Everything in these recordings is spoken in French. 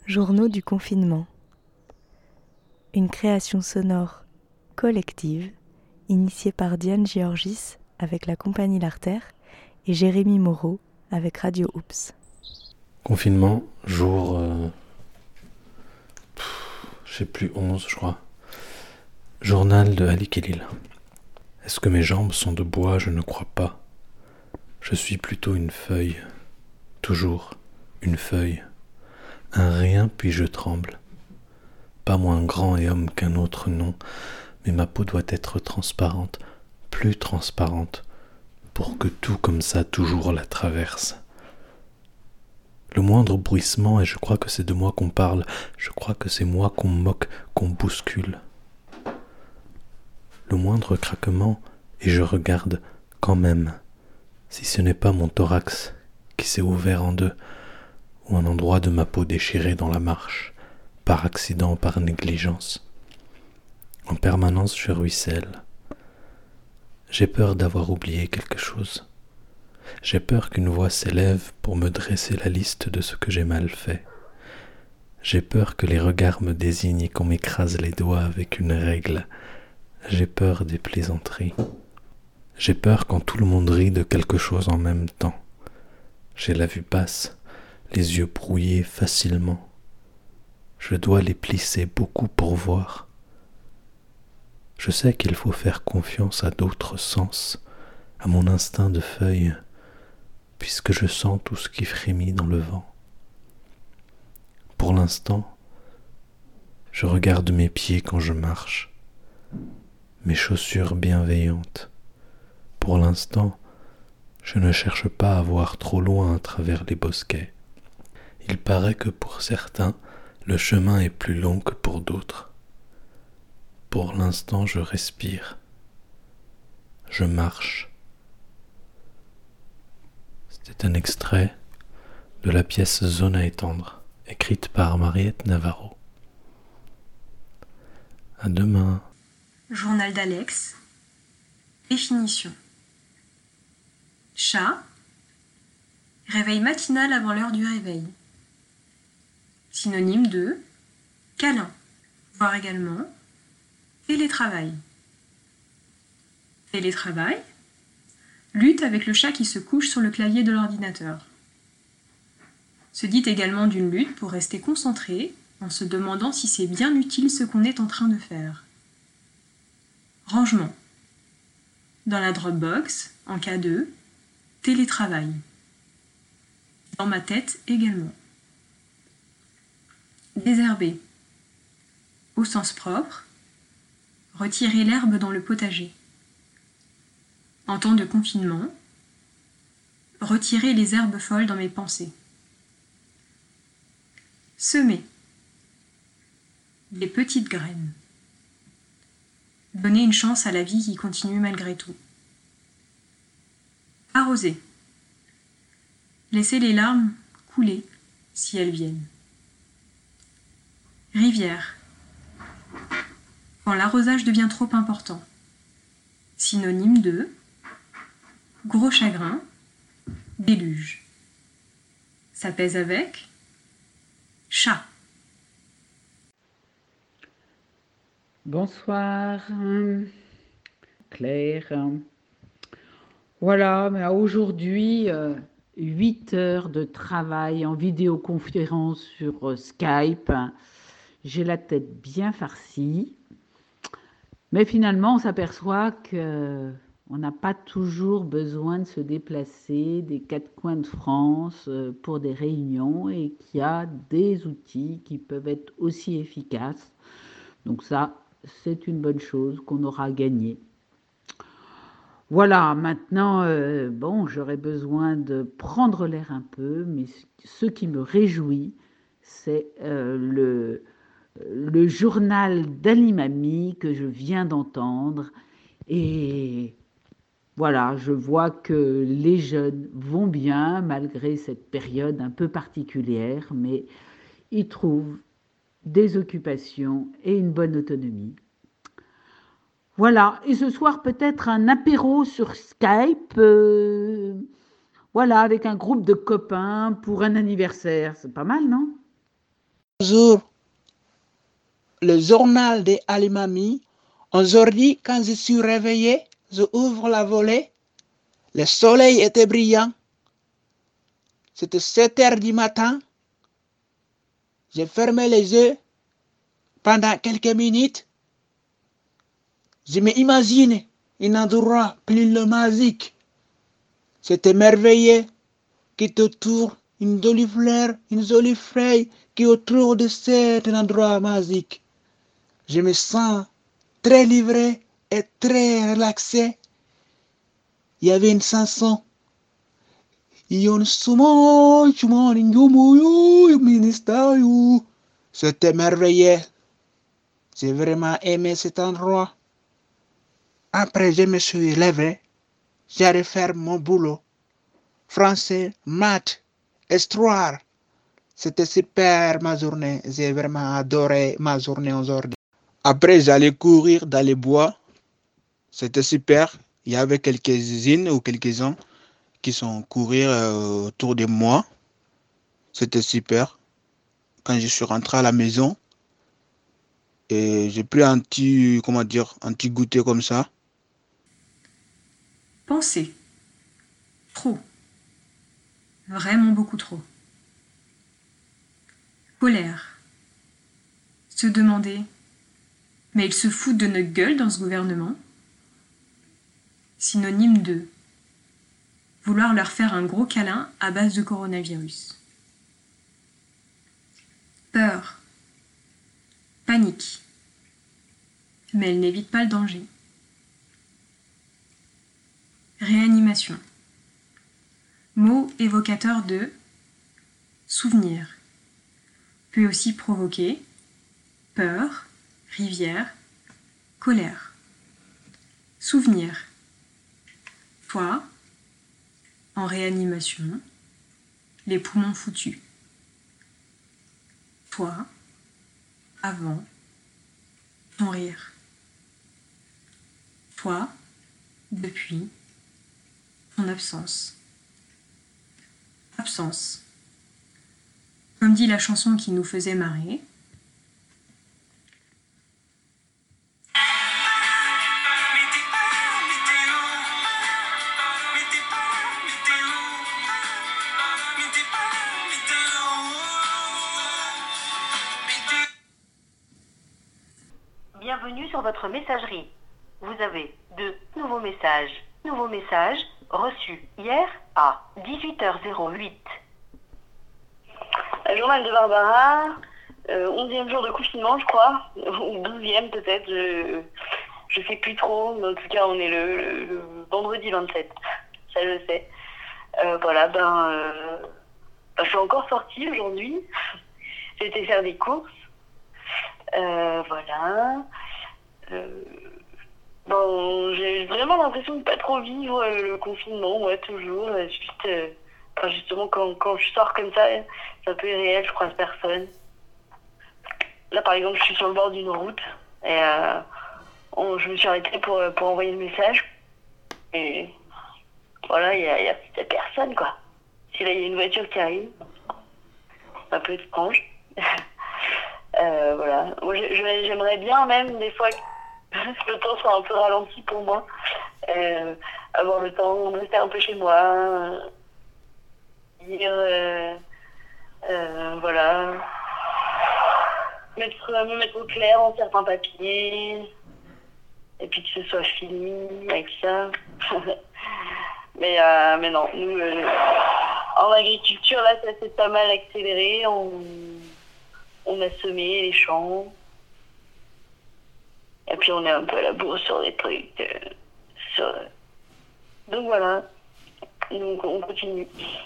Journaux du confinement. Une création sonore collective initiée par Diane Georgis avec la compagnie L'Artère et Jérémy Moreau avec Radio Oops. Confinement, jour... je sais plus, 11 je crois. Journal de Ali Khalil. Est-ce que mes jambes sont de bois? Je ne crois pas. Je suis plutôt une feuille. Toujours une feuille. Un rien puis je tremble. Pas moins grand et homme qu'un autre, non, mais ma peau doit être transparente, plus transparente, pour que tout comme ça toujours la traverse. Le moindre bruissement, et je crois que c'est de moi qu'on parle, je crois que c'est moi qu'on moque, qu'on bouscule. Le moindre craquement, et je regarde quand même, si ce n'est pas mon thorax qui s'est ouvert en deux, ou un endroit de ma peau déchiré dans la marche, par accident, par négligence. En permanence, je ruisselle. J'ai peur d'avoir oublié quelque chose. J'ai peur qu'une voix s'élève pour me dresser la liste de ce que j'ai mal fait. J'ai peur que les regards me désignent et qu'on m'écrase les doigts avec une règle. J'ai peur des plaisanteries. J'ai peur quand tout le monde rit de quelque chose en même temps. J'ai la vue basse, les yeux brouillés facilement. Je dois les plisser beaucoup pour voir. Je sais qu'il faut faire confiance à d'autres sens, à mon instinct de feuille, puisque je sens tout ce qui frémit dans le vent. Pour l'instant, je regarde mes pieds quand je marche, mes chaussures bienveillantes. Pour l'instant, je ne cherche pas à voir trop loin à travers les bosquets. Il paraît que pour certains, le chemin est plus long que pour d'autres. Pour l'instant, je respire. Je marche. C'était un extrait de la pièce Zone à étendre, écrite par Mariette Navarro. À demain. Journal d'Alex. Définition. Chat. Réveil matinal avant l'heure du réveil. Synonyme de câlin, voire également télétravail. Télétravail, lutte avec le chat qui se couche sur le clavier de l'ordinateur. Se dit également d'une lutte pour rester concentré en se demandant si c'est bien utile ce qu'on est en train de faire. Rangement. Dans la Dropbox, en cas de télétravail. Dans ma tête également. Désherber. Au sens propre, retirer l'herbe dans le potager. En temps de confinement, retirer les herbes folles dans mes pensées. Semer. Les petites graines. Donner une chance à la vie qui continue malgré tout. Arroser. Laisser les larmes couler si elles viennent. Rivière. Quand l'arrosage devient trop important. Synonyme de gros chagrin, déluge. Ça pèse avec chat. Bonsoir, Claire. Voilà, mais aujourd'hui, 8 heures de travail en vidéoconférence sur Skype. J'ai la tête bien farcie. Mais finalement, on s'aperçoit qu'on n'a pas toujours besoin de se déplacer des quatre coins de France pour des réunions et qu'il y a des outils qui peuvent être aussi efficaces. Donc ça, c'est une bonne chose qu'on aura gagné. Voilà, maintenant, j'aurais besoin de prendre l'air un peu, mais ce qui me réjouit, c'est le journal d'Ali Mamie que je viens d'entendre. Et voilà, je vois que les jeunes vont bien malgré cette période un peu particulière, mais ils trouvent des occupations et une bonne autonomie. Voilà, et ce soir peut-être un apéro sur Skype, voilà, avec un groupe de copains pour un anniversaire. C'est pas mal, non ? Toujours le journal de Alimami. Aujourd'hui, quand je suis réveillé, je ouvre la volée. Le soleil était brillant. C'était 7 heures du matin. J'ai fermé les yeux pendant quelques minutes. Je m'imagine un endroit plus magique. C'était merveilleux qui autour une jolie feuille qui autour de cet endroit magique. Je me sens très livré et très relaxé. Il y avait une chanson. C'était merveilleux. J'ai vraiment aimé cet endroit. Après, je me suis levé. J'allais faire mon boulot. Français, maths, histoire. C'était super ma journée. J'ai vraiment adoré ma journée aujourd'hui. Après, j'allais courir dans les bois. C'était super. Il y avait quelques-unes ou quelques-uns qui sont courir autour de moi. C'était super. Quand je suis rentré à la maison, et j'ai pris un petit, un petit goûter comme ça. Penser. Trop. Vraiment beaucoup trop. Colère. Se demander, mais ils se foutent de notre gueule dans ce gouvernement. Synonyme de vouloir leur faire un gros câlin à base de coronavirus. Peur. Panique. Mais elle n'évite pas le danger. Réanimation. Mot évocateur de souvenir. Peut aussi provoquer peur, rivière, colère. Souvenir. Toi, en réanimation, les poumons foutus. Toi, avant, ton rire. Toi, depuis, ton absence. Absence. Comme dit la chanson qui nous faisait marrer. Bienvenue sur votre messagerie. Vous avez 2 nouveaux messages. Nouveau message reçu hier à 18h08. Journal de Barbara, 11e jour de confinement, je crois, ou 12e peut-être, je sais plus trop, mais en tout cas on est le vendredi 27, ça je sais. Voilà, je suis encore sortie aujourd'hui, j'ai été faire des courses, voilà. J'ai vraiment l'impression de pas trop vivre le confinement, ouais, toujours, justement quand je sors comme ça, c'est un peu irréel, je croise personne. Là par exemple je suis sur le bord d'une route et je me suis arrêtée pour envoyer le message et voilà, il y a personne quoi. Si là il y a une voiture qui arrive, c'est un peu étrange. Voilà, moi j'aimerais bien même des fois que le temps soit un peu ralenti pour moi, avoir le temps de rester un peu chez moi, lire, voilà, me mettre au clair en certains papiers, et puis que ce soit fini avec ça. mais non, nous, en agriculture, là, ça s'est pas mal accéléré. On a semé les champs. Et puis on est un peu à la bourre sur des trucs. Donc voilà. Donc on continue.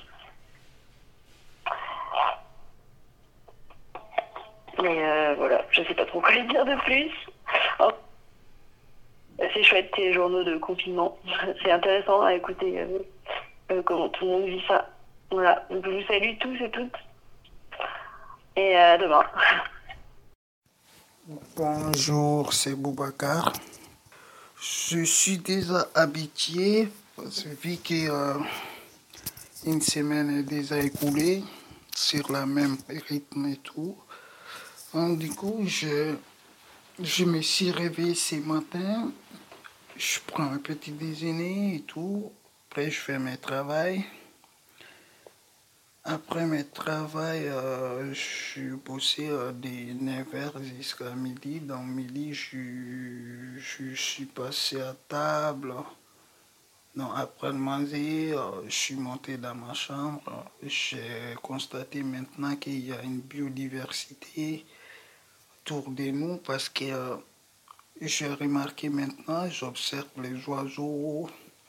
Mais voilà, je sais pas trop quoi dire de plus. Oh. C'est chouette ces journaux de confinement. C'est intéressant à écouter comment tout le monde vit ça. Voilà, donc je vous salue tous et toutes. Et à demain. Bonjour, c'est Boubacar. Je suis déjà habitué, vu que une semaine est déjà écoulée sur le même rythme et tout. Du coup, je me suis réveillé ce matin. Je prends un petit déjeuner et tout. Après, je fais mes travaux. Après mes travaux, je suis bossé de 9h jusqu'à midi. Dans midi, je suis passé à table. Non, après manger, je suis monté dans ma chambre. J'ai constaté maintenant qu'il y a une biodiversité autour de nous parce que j'ai remarqué maintenant, j'observe les oiseaux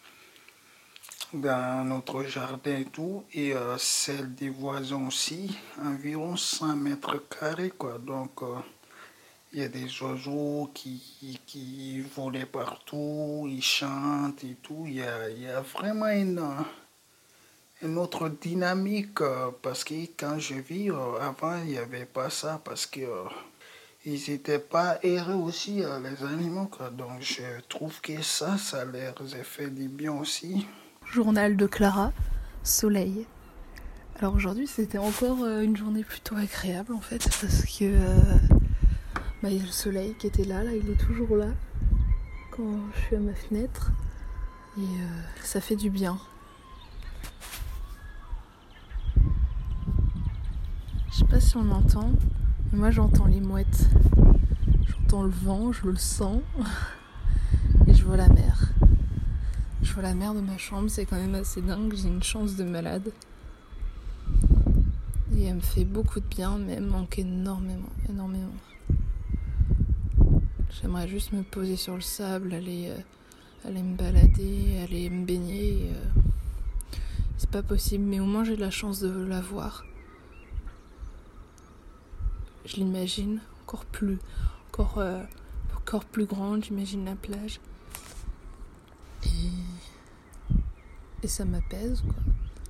dans notre jardin et tout, et celle des voisins aussi, environ 100 mètres carrés, quoi. Donc, il y a des oiseaux qui volaient partout, ils chantent et tout. Il y a vraiment une autre dynamique, parce que quand je vis, avant, il n'y avait pas ça, parce que ils n'étaient pas heureux aussi, les animaux, quoi. Donc, je trouve que ça leur a fait du bien aussi. Journal de Clara, soleil. Alors aujourd'hui c'était encore une journée plutôt agréable en fait parce que y a le soleil qui était là, il est toujours là quand je suis à ma fenêtre et ça fait du bien. Je sais pas si on entend, mais moi j'entends les mouettes. J'entends le vent, je le sens et je vois la mer. Je vois la mer de ma chambre, c'est quand même assez dingue, j'ai une chance de malade. Et elle me fait beaucoup de bien, mais elle me manque énormément. J'aimerais juste me poser sur le sable, aller me balader, aller me baigner. C'est pas possible, mais au moins j'ai de la chance de la voir. Je l'imagine encore plus grande, j'imagine la plage. Et ça m'apaise, quoi.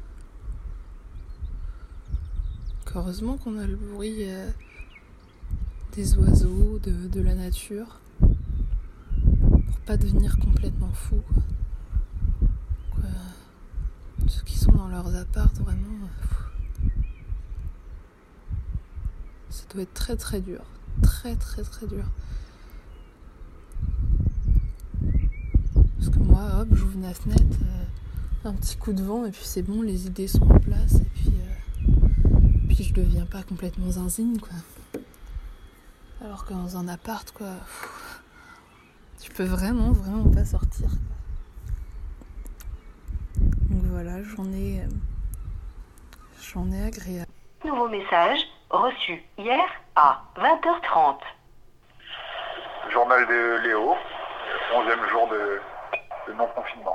Heureusement qu'on a le bruit des oiseaux, de la nature, pour pas devenir complètement fou, quoi. Ceux qui sont dans leurs apparts, vraiment, ça doit être très très dur, très très très dur. Parce que moi, hop, j'ouvre ma fenêtre, un petit coup de vent et puis c'est bon, les idées sont en place et puis je deviens pas complètement zinzine, quoi. Alors que dans un appart, quoi, tu peux vraiment pas sortir, quoi. Donc voilà, journée agréable. Nouveau message reçu hier à 20h30. Journal de Léo, 11e jour de non-confinement.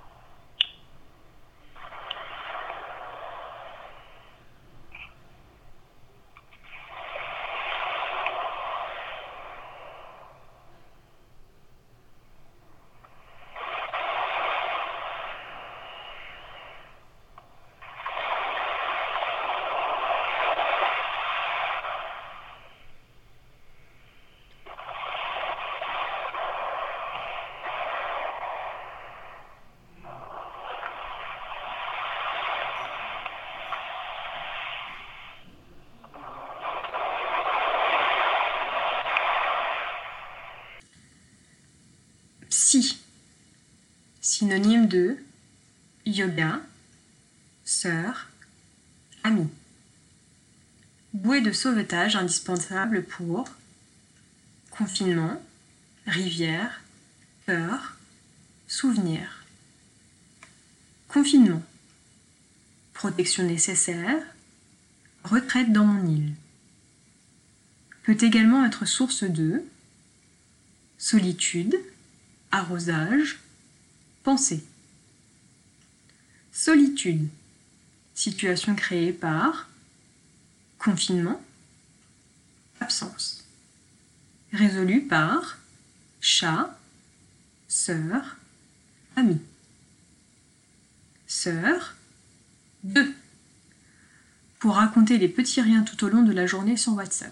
Psy. Synonyme de yoga, sœur, ami. Bouée de sauvetage indispensable pour confinement, rivière, peur, souvenir. Confinement. Protection nécessaire, retraite dans mon île. Peut également être source de solitude, arrosage, pensée. Solitude. Situation créée par confinement, absence. Résolue par chat, sœur, ami. Sœur, 2. Pour raconter les petits riens tout au long de la journée sur WhatsApp.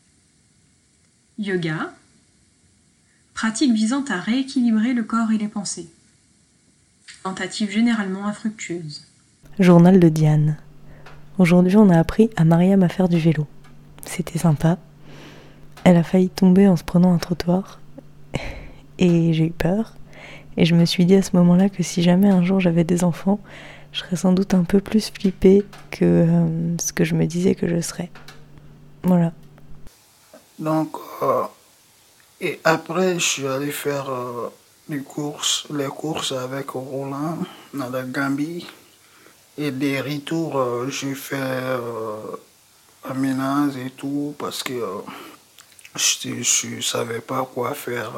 Yoga. Pratique visant à rééquilibrer le corps et les pensées. Tentative généralement infructueuse. Journal de Diane. Aujourd'hui, on a appris à Mariam à faire du vélo. C'était sympa. Elle a failli tomber en se prenant un trottoir et j'ai eu peur. Et je me suis dit à ce moment-là que si jamais un jour j'avais des enfants, je serais sans doute un peu plus flippée que ce que je me disais que je serais. Voilà. Donc, et après, je suis allé faire les courses avec Roland dans la Gambie. Et des retours, j'ai fait un ménage et tout parce que je ne savais pas quoi faire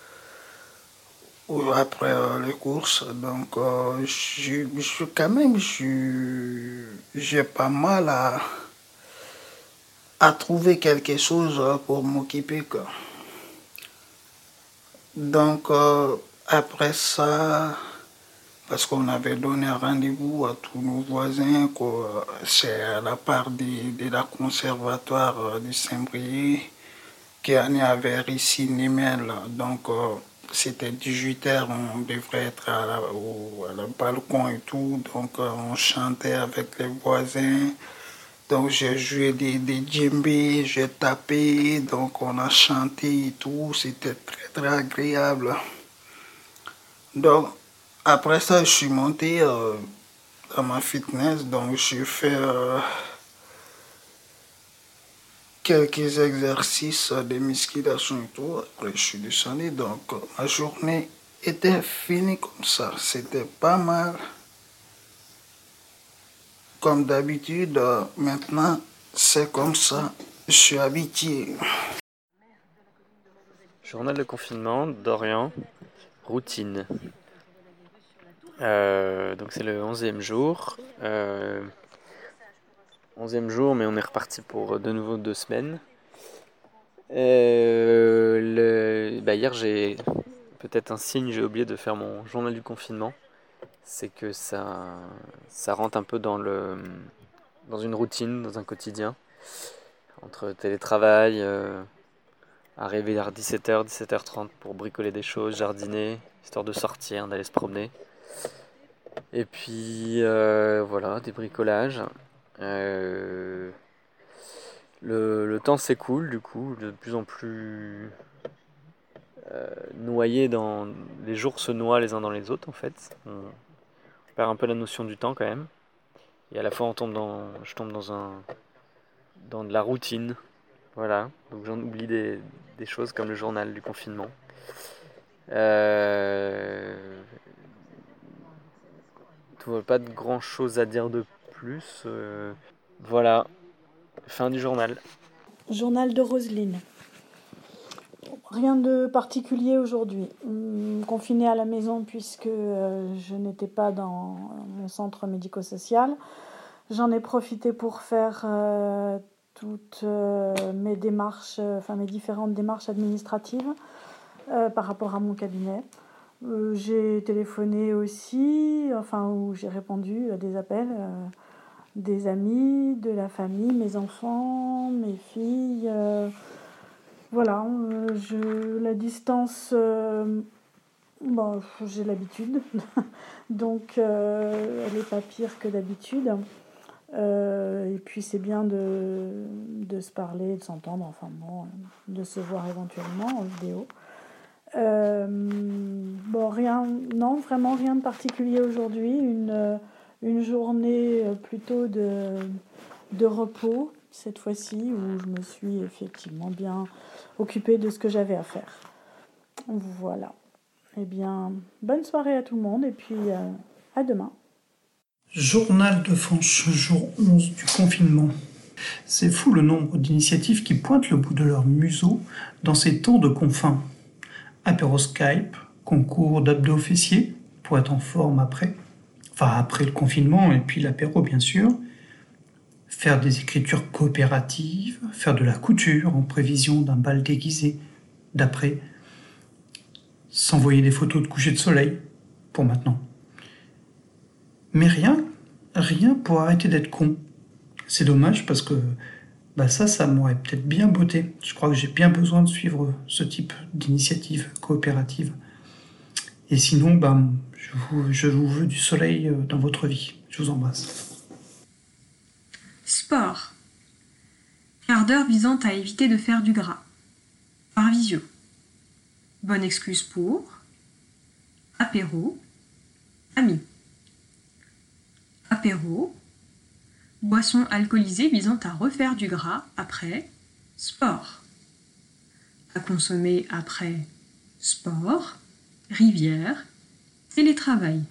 après les courses. Donc, quand même, j'ai pas mal à trouver quelque chose pour m'occuper, quoi. Donc, après ça, parce qu'on avait donné rendez-vous à tous nos voisins, c'est à la part de la conservatoire du Saint-Brieuc qui en avait ici Nimel. Donc, c'était 18h, on devrait être à la balcon et tout. Donc, on chantait avec les voisins. Donc, j'ai joué des djembés, j'ai tapé, donc on a chanté et tout. C'était très, très agréable. Donc, après ça, je suis monté à ma fitness, donc j'ai fait quelques exercices de musculation et tout. Après, je suis descendu, donc ma journée était finie comme ça. C'était pas mal. Comme d'habitude, maintenant, c'est comme ça. Je suis habitué. Journal de confinement, Dorian, routine. Donc c'est le 11e jour. 11e jour, mais on est reparti pour de nouveau 2 semaines. Hier, j'ai peut-être un signe, j'ai oublié de faire mon journal du confinement. C'est que ça rentre un peu dans une routine, dans un quotidien. Entre télétravail, arriver vers 17h, 17h30 pour bricoler des choses, jardiner, histoire de sortir, d'aller se promener. Et puis voilà, des bricolages. Le temps s'écoule du coup, de plus en plus noyé dans... Les jours se noient les uns dans les autres en fait. On perd un peu la notion du temps quand même. Et à la fois je tombe dans de la routine. Voilà, donc j'en oublie des choses comme le journal du confinement. Pas de grand chose à dire de plus. Voilà, fin du journal. Journal de Roselyne. Rien de particulier aujourd'hui. Confinée à la maison puisque je n'étais pas dans mon centre médico-social. J'en ai profité pour faire toutes mes démarches, mes différentes démarches administratives par rapport à mon cabinet. J'ai téléphoné aussi, où j'ai répondu à des appels des amis, de la famille, mes enfants, mes filles. Voilà, la distance, j'ai l'habitude, donc elle n'est pas pire que d'habitude. Et puis c'est bien de se parler, de s'entendre, de se voir éventuellement en vidéo. Vraiment rien de particulier aujourd'hui. Une journée plutôt de repos cette fois-ci, où je me suis effectivement bien occupée de ce que j'avais à faire. Voilà. Eh bien, bonne soirée à tout le monde et puis à demain. Journal de France, jour 11 du confinement. C'est fou le nombre d'initiatives qui pointent le bout de leur museau dans ces temps de confins. Apéro Skype, concours d'abdos fessiers pour être en forme après le confinement et puis l'apéro bien sûr. Faire des écritures coopératives, faire de la couture en prévision d'un bal déguisé d'après. S'envoyer des photos de coucher de soleil pour maintenant. Mais rien pour arrêter d'être con. C'est dommage parce que ça m'aurait peut-être bien botté. Je crois que j'ai bien besoin de suivre ce type d'initiative coopérative. Et sinon, je vous veux du soleil dans votre vie. Je vous embrasse. Sport. Quart d'heure visant à éviter de faire du gras. par visio. Bonne excuse pour apéro, amis. Apéro, boisson alcoolisée visant à refaire du gras après sport. À consommer après sport, rivière, télétravail.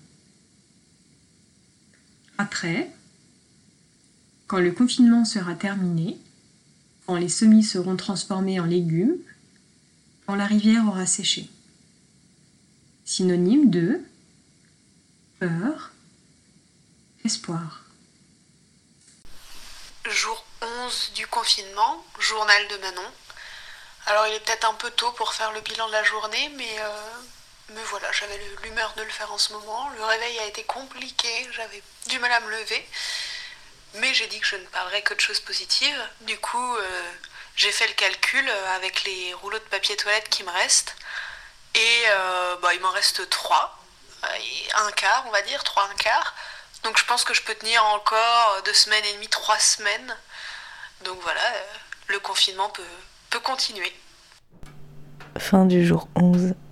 Après, quand le confinement sera terminé, quand les semis seront transformés en légumes, quand la rivière aura séché. Synonyme de peur, espoir. Jour 11 du confinement, journal de Manon. Alors il est peut-être un peu tôt pour faire le bilan de la journée, mais voilà, j'avais l'humeur de le faire en ce moment. Le réveil a été compliqué, j'avais du mal à me lever. Mais j'ai dit que je ne parlerais que de choses positives. Du coup, j'ai fait le calcul avec les rouleaux de papier toilette qui me restent. Et il m'en reste 3. Un quart, on va dire, 3 un quart. Donc je pense que je peux tenir encore 2 semaines et demie, 3 semaines. Donc voilà, le confinement peut continuer. Fin du jour 11.